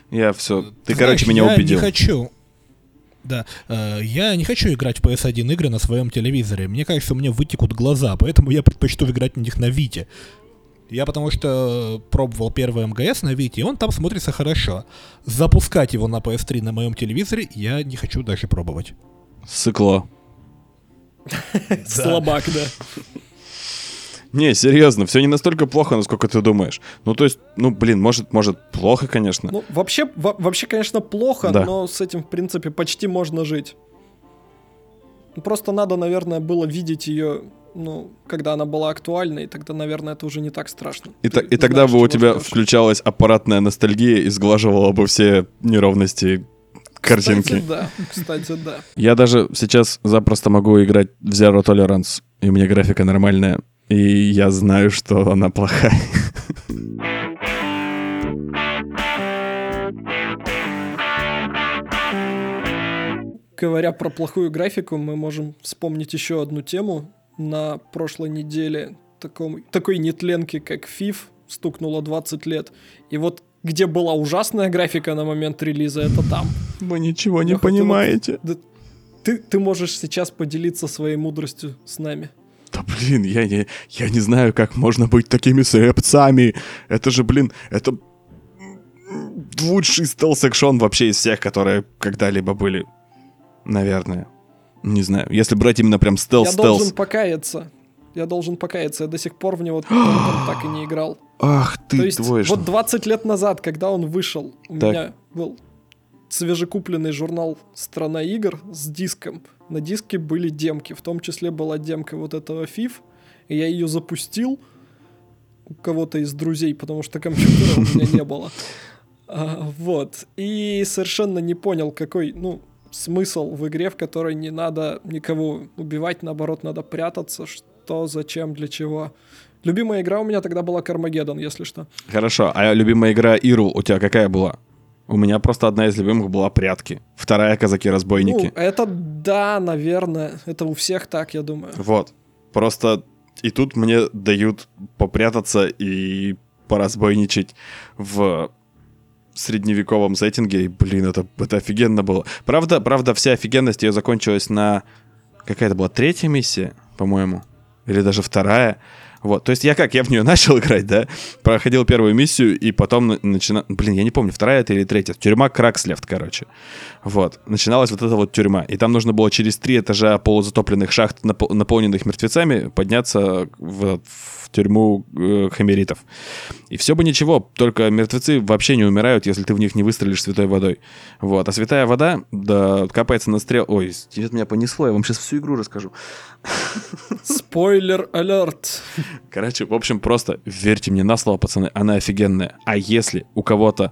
B: Я все. Ты,
C: Знаешь,
B: короче, меня
C: я
B: убедил.
C: не хочу... Да, я не хочу играть в PS1 игры на своем телевизоре. Мне кажется, у меня вытекут глаза, поэтому я предпочту играть на них на Вите. Я потому что пробовал первый МГС на Вите, и он там смотрится хорошо. Запускать его на PS3 на моем телевизоре я не хочу даже пробовать.
B: Сыкло.
A: Слабак, да.
B: Не, серьезно, все не настолько плохо, насколько ты думаешь. Ну, то есть, может, плохо, конечно.
A: Ну, вообще, конечно, плохо,
B: Да.
A: но с этим, в принципе, почти можно жить. Просто надо, наверное, было видеть ее, когда она была актуальна, и тогда, наверное, это уже не так страшно.
B: И
A: Ты
B: тогда
A: знаешь,
B: бы у
A: чего
B: тебя
A: ждёшь.
B: включалась аппаратная ностальгия и сглаживала бы все неровности картинки.
A: Кстати, да.
B: Я даже сейчас запросто могу играть в Zero Tolerance, и у меня графика нормальная, и я знаю, что она плохая.
A: Говоря про плохую графику, мы можем вспомнить еще одну тему. На прошлой неделе такой нетленки, как FIF, стукнуло 20 лет. И вот где была ужасная графика на момент релиза, это там.
B: Вы ничего не
A: Лёха, ты вот-
B: понимаете.
A: Да ты можешь сейчас поделиться своей мудростью с нами.
B: Да блин, я не знаю, как можно быть такими слепцами. Это же, это лучший стелс-экшон вообще из всех, которые когда-либо были. Наверное. Не знаю. Если брать именно прям
A: Я должен
B: стелс-стелс.
A: покаяться. Я до сих пор в него толком так и не играл.
B: Ах
A: То
B: ты
A: есть,
B: твой ж.
A: вот 20 лет назад, когда он вышел, у
B: Так.
A: меня был свежекупленный журнал «Страна игр» с диском. На диске были демки, в том числе была демка вот этого FIF, и я ее запустил у кого-то из друзей, потому что компьютера у меня не было. Вот. И совершенно не понял, какой, смысл в игре, в которой не надо никого убивать, наоборот, надо прятаться, что, зачем, для чего. Любимая игра у меня тогда была Кармагеддон, если что.
B: Хорошо, а любимая игра Ирул у тебя какая была? У меня просто одна из любимых была «Прятки». Вторая «Казаки-разбойники».
A: Это да, наверное. Это у всех так, я думаю.
B: Вот. Просто и тут мне дают попрятаться и поразбойничать в средневековом сеттинге. И, блин, это офигенно было. Правда, вся офигенность ее закончилась на... Какая-то была третья миссия, по-моему. Или даже вторая. Вот, то есть я в нее начал играть, да, проходил первую миссию, и потом начинал... Блин, я не помню, вторая это или третья. Тюрьма Кракслефт, короче. Вот, начиналась вот эта вот тюрьма. И там нужно было через 3 этажа полузатопленных шахт, наполненных мертвецами, подняться в тюрьму химеритов. И все бы ничего, только мертвецы вообще не умирают, если ты в них не выстрелишь святой водой. Вот, а святая вода, да, капается на стрел... Ой, это меня понесло, я вам сейчас всю игру расскажу.
A: Спойлер алерт.
B: Короче, в общем, просто верьте мне на слово, пацаны, она офигенная. А если у кого-то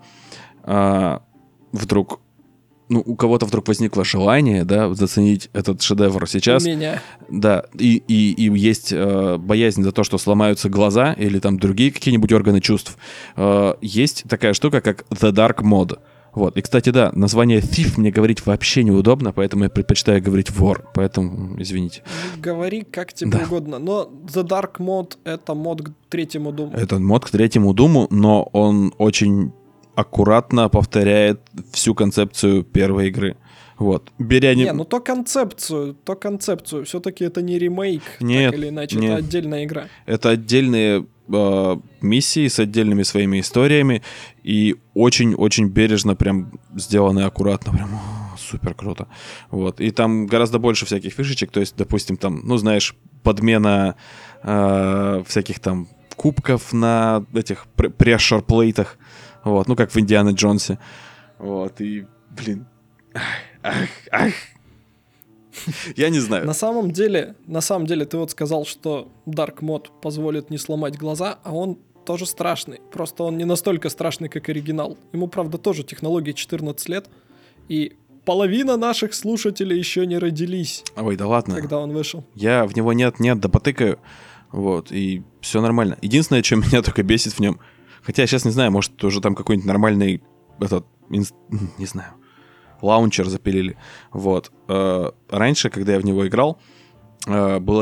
B: вдруг возникло желание, да, заценить этот шедевр сейчас,
A: У меня.
B: да, и есть боязнь за то, что сломаются глаза или там другие какие-нибудь органы чувств, есть такая штука, как The Dark Mode. Вот. И, кстати, да, название Thief мне говорить вообще неудобно, поэтому я предпочитаю говорить вор, поэтому извините.
A: Говори как тебе
B: Да.
A: угодно. Но The Dark Mode — это мод к третьему Думу.
B: Это мод к третьему Думу, но он очень аккуратно повторяет всю концепцию первой игры. Вот. Беря
A: То концепцию. Все-таки это не ремейк,
B: Нет,
A: так или иначе,
B: нет.
A: это отдельная игра.
B: Это отдельные миссии с отдельными своими историями и очень-очень бережно прям сделаны аккуратно, прям супер круто. Вот. И там гораздо больше всяких фишечек, то есть, допустим, там, подмена всяких там кубков на этих прешер-плейтах, вот, как в Индиана Джонсе. Вот, и, блин, ах. Я не знаю.
A: На самом деле, ты вот сказал, что Dark Mode позволит не сломать глаза, а он тоже страшный. Просто он не настолько страшный, как оригинал. Ему, правда, тоже технологии 14 лет, и половина наших слушателей еще не родились,
B: Ой, да ладно.
A: когда он вышел.
B: Я в него нет, да потыкаю. Вот, и все нормально. Единственное, что меня только бесит в нем, хотя я сейчас не знаю, может, уже там какой-нибудь нормальный, не знаю, лаунчер запилили. Вот. Раньше, когда я в него играл, было как?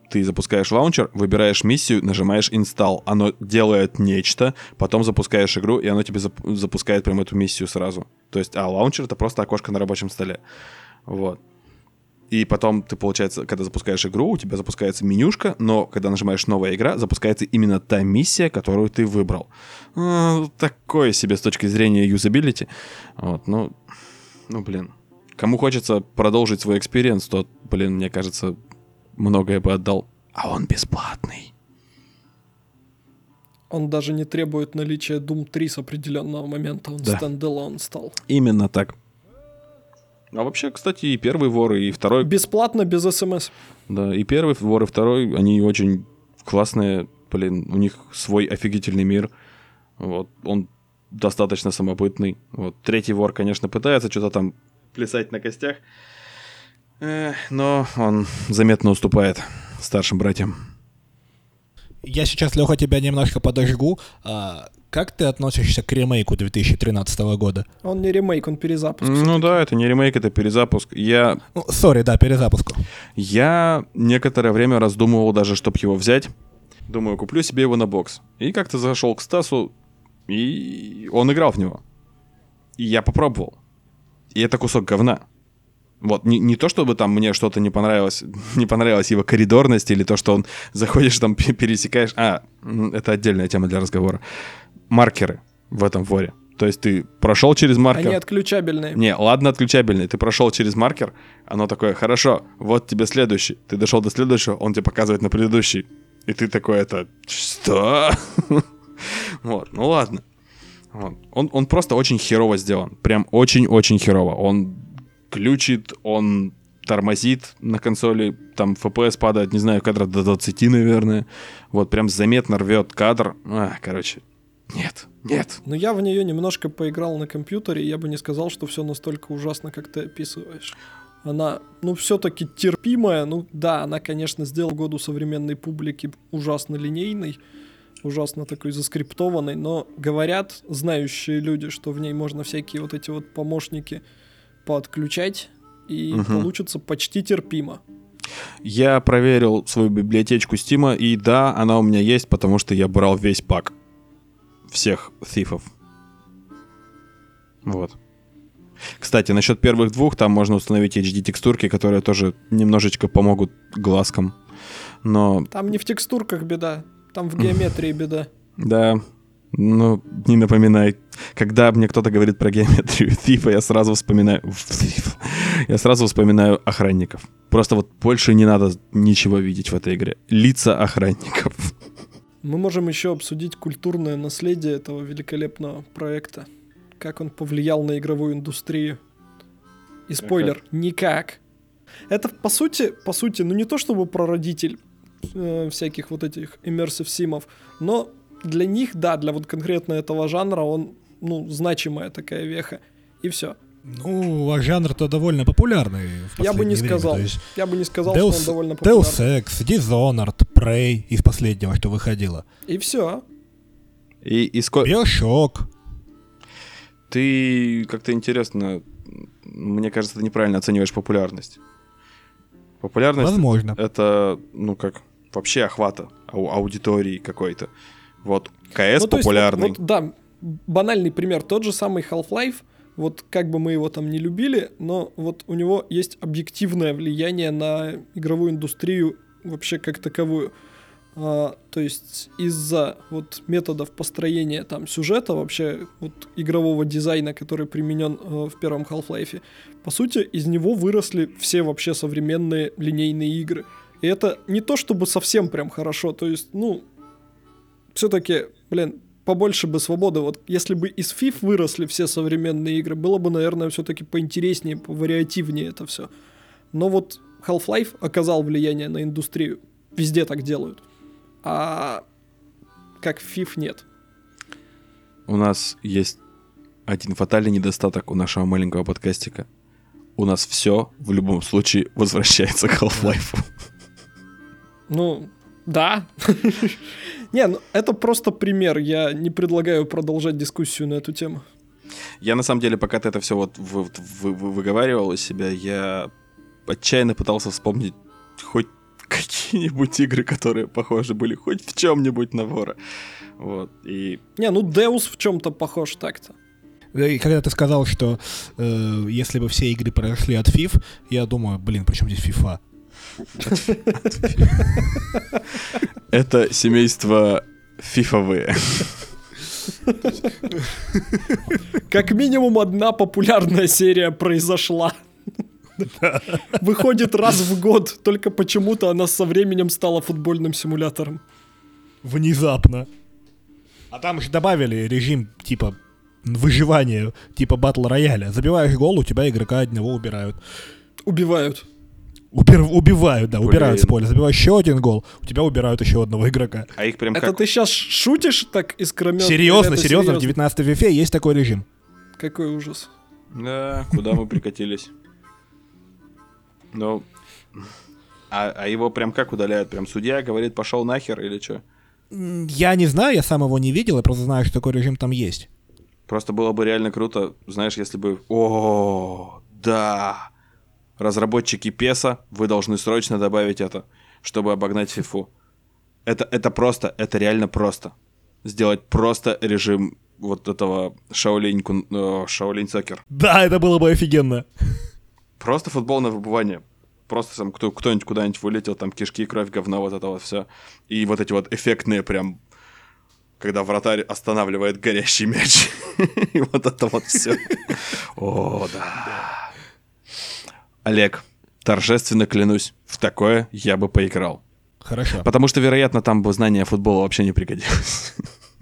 B: Ты запускаешь лаунчер, выбираешь миссию, нажимаешь install. Оно делает нечто, потом запускаешь игру, и оно тебе запускает прям эту миссию сразу. То есть, лаунчер — это просто окошко на рабочем столе. Вот. И потом ты, получается, когда запускаешь игру, у тебя запускается менюшка, но когда нажимаешь «Новая игра», запускается именно та миссия, которую ты выбрал. Такое себе с точки зрения юзабилити. Вот, ну, блин. Кому хочется продолжить свой экспириенс, тот, блин, мне кажется, многое бы отдал. А он бесплатный.
A: Он даже не требует наличия Doom 3 с определенного момента, он
B: Да.
A: стендалон стал.
B: Именно так. А вообще, кстати, и первый вор, и второй...
A: Бесплатно, без СМС.
B: Да, и первый вор, и второй, они очень классные. Блин, у них свой офигительный мир. Вот, он достаточно самобытный. Вот, третий вор, конечно, пытается что-то там плясать на костях. Но он заметно уступает старшим братьям.
C: Я сейчас, Леха, тебя немножко подожгу. Как ты относишься к ремейку 2013 года?
A: Он не ремейк, он перезапуск.
B: Ну да, это не ремейк, это перезапуск.
C: Перезапуск.
B: Я некоторое время раздумывал даже, чтобы его взять. Думаю, куплю себе его на бокс. И как-то зашел к Стасу, и он играл в него. И я попробовал. И это кусок говна. Вот, не то, чтобы там мне что-то не понравилось его коридорность, или то, что он заходишь там, пересекаешь... это отдельная тема для разговора. Маркеры в этом воре. То есть ты прошел через маркер...
A: Они отключабельные.
B: Не, ладно, отключабельные. Ты прошел через маркер, оно такое, хорошо, вот тебе следующий. Ты дошел до следующего, он тебе показывает на предыдущий. И ты такой, это... Что? Вот, ну ладно. Он просто очень херово сделан. Прям очень-очень херово. Он глючит, он тормозит на консоли, там FPS падает, не знаю, кадра до 20, наверное. Вот, прям заметно рвет кадр. Короче, нет.
A: Но я в нее немножко поиграл на компьютере, и я бы не сказал, что все настолько ужасно, как ты описываешь. Она, все-таки терпимая. Ну да, она, конечно, сделала году современной публики ужасно линейной, ужасно такой заскриптованной, но говорят знающие люди, что в ней можно всякие вот эти вот помощники подключать, и получится почти терпимо.
B: Я проверил свою библиотечку Стима, и да, она у меня есть, потому что я брал весь пак всех Thief'ов. Вот. Кстати, насчет первых двух, там можно установить HD-текстурки, которые тоже немножечко помогут глазкам. Но...
A: Там не в текстурках беда, там в геометрии беда.
B: Да, ну, не напоминай. Когда мне кто-то говорит про геометрию Thief'а, я сразу вспоминаю охранников. Просто вот больше не надо ничего видеть в этой игре. Лица охранников.
A: Мы можем еще обсудить культурное наследие этого великолепного проекта. Как он повлиял на игровую индустрию. И спойлер, никак. Это, по сути, ну не то чтобы прародитель всяких вот этих immersive симов, но для них, да, для вот конкретно этого жанра он, значимая такая веха. И все.
C: Ну, жанр-то довольно популярный в
A: Я бы не
C: время.
A: сказал.
C: То есть
A: Я бы не сказал, что он довольно популярный.
C: Deus Ex, Dishonored, Prey из последнего, что выходило.
A: И все.
B: И сколько...
C: Bioshock.
B: Ты как-то интересно... Мне кажется, ты неправильно оцениваешь популярность. Популярность...
C: Возможно.
B: Это, как вообще охвата аудитории какой-то. Вот КС популярный.
A: Вот, да, банальный пример. Тот же самый Half-Life, вот как бы мы его там не любили, но вот у него есть объективное влияние на игровую индустрию вообще как таковую. То есть из-за вот методов построения там сюжета, вообще вот игрового дизайна, который применен в первом Half-Life, по сути, из него выросли все вообще современные линейные игры. И это не то чтобы совсем прям хорошо, то есть, все-таки, побольше бы свободы. Вот если бы из FIF выросли все современные игры, было бы, наверное, все-таки поинтереснее, повариативнее это все. Но вот Half-Life оказал влияние на индустрию. Везде так делают. А как FIF нет.
B: У нас есть один фатальный недостаток у нашего маленького подкастика. У нас все в любом случае возвращается к Half-Life.
A: Да. Не, это просто пример. Я не предлагаю продолжать дискуссию на эту тему.
B: Я на самом деле, пока ты это все вот выговаривал из себя, я отчаянно пытался вспомнить хоть какие-нибудь игры, которые похожи были хоть в чем-нибудь на вора. Вот, и...
A: Не, ну Deus в чем-то похож так-то.
C: И когда ты сказал, что если бы все игры прошли от FIFA, я думаю, блин, при чем здесь FIFA?
B: Это семейство фифовые.
A: Как минимум одна популярная серия произошла. Выходит раз в год, только почему-то она со временем стала футбольным симулятором.
C: Внезапно. А там же добавили режим типа выживания, типа батл рояля. Забиваешь гол, у тебя игрока одного убирают.
A: Убивают.
C: Убивают, да, убирают с
B: Блин.
C: поля. Забиваешь еще один гол, у тебя убирают еще одного игрока.
B: А их прям
A: Это
B: как...
A: ты сейчас шутишь так искрометно?
C: Серьезно,
A: Или это
C: серьезно, в 19 веке есть такой режим.
A: Какой ужас.
B: Да, куда мы прикатились? Ну... А его прям как удаляют? Прям судья говорит, пошел нахер или что?
C: Я не знаю, я сам его не видел, я просто знаю, что такой режим там есть.
B: Просто было бы реально круто, знаешь, если бы... О, да! Разработчики PES, вы должны срочно добавить это, чтобы обогнать FIFA. Это просто, это реально просто. Сделать просто режим вот этого Shaolin Soccer.
C: Да, это было бы офигенно.
B: Просто футбольное выбывание. Просто там кто-нибудь куда-нибудь вылетел, там кишки, кровь, говно, вот это вот все. И вот эти вот эффектные прям... Когда вратарь останавливает горящий мяч. И вот это вот все. О, да. Олег, торжественно клянусь, в такое я бы поиграл.
C: Хорошо.
B: Потому что, вероятно, там бы знание футбола вообще не пригодилось.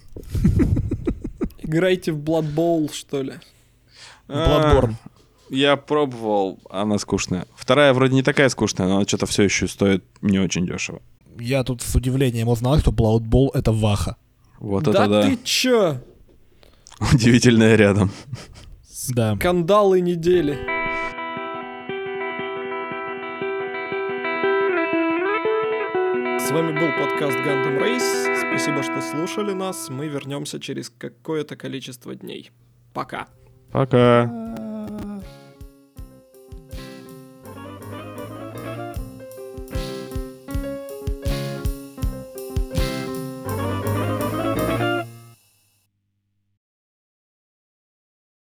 A: Играйте в Blood Bowl, что ли?
C: Bloodborne.
B: Я пробовал, она скучная. Вторая вроде не такая скучная, но она что-то все еще стоит не очень дешево.
C: Я тут с удивлением узнал, что Blood Bowl — это ваха.
B: Вот
A: Да
B: это да.
A: ты чё?
B: Удивительное рядом.
C: Да.
A: Скандалы недели. С вами был подкаст Gundam Race. Спасибо, что слушали нас. Мы вернемся через какое-то количество дней. Пока.
B: Пока.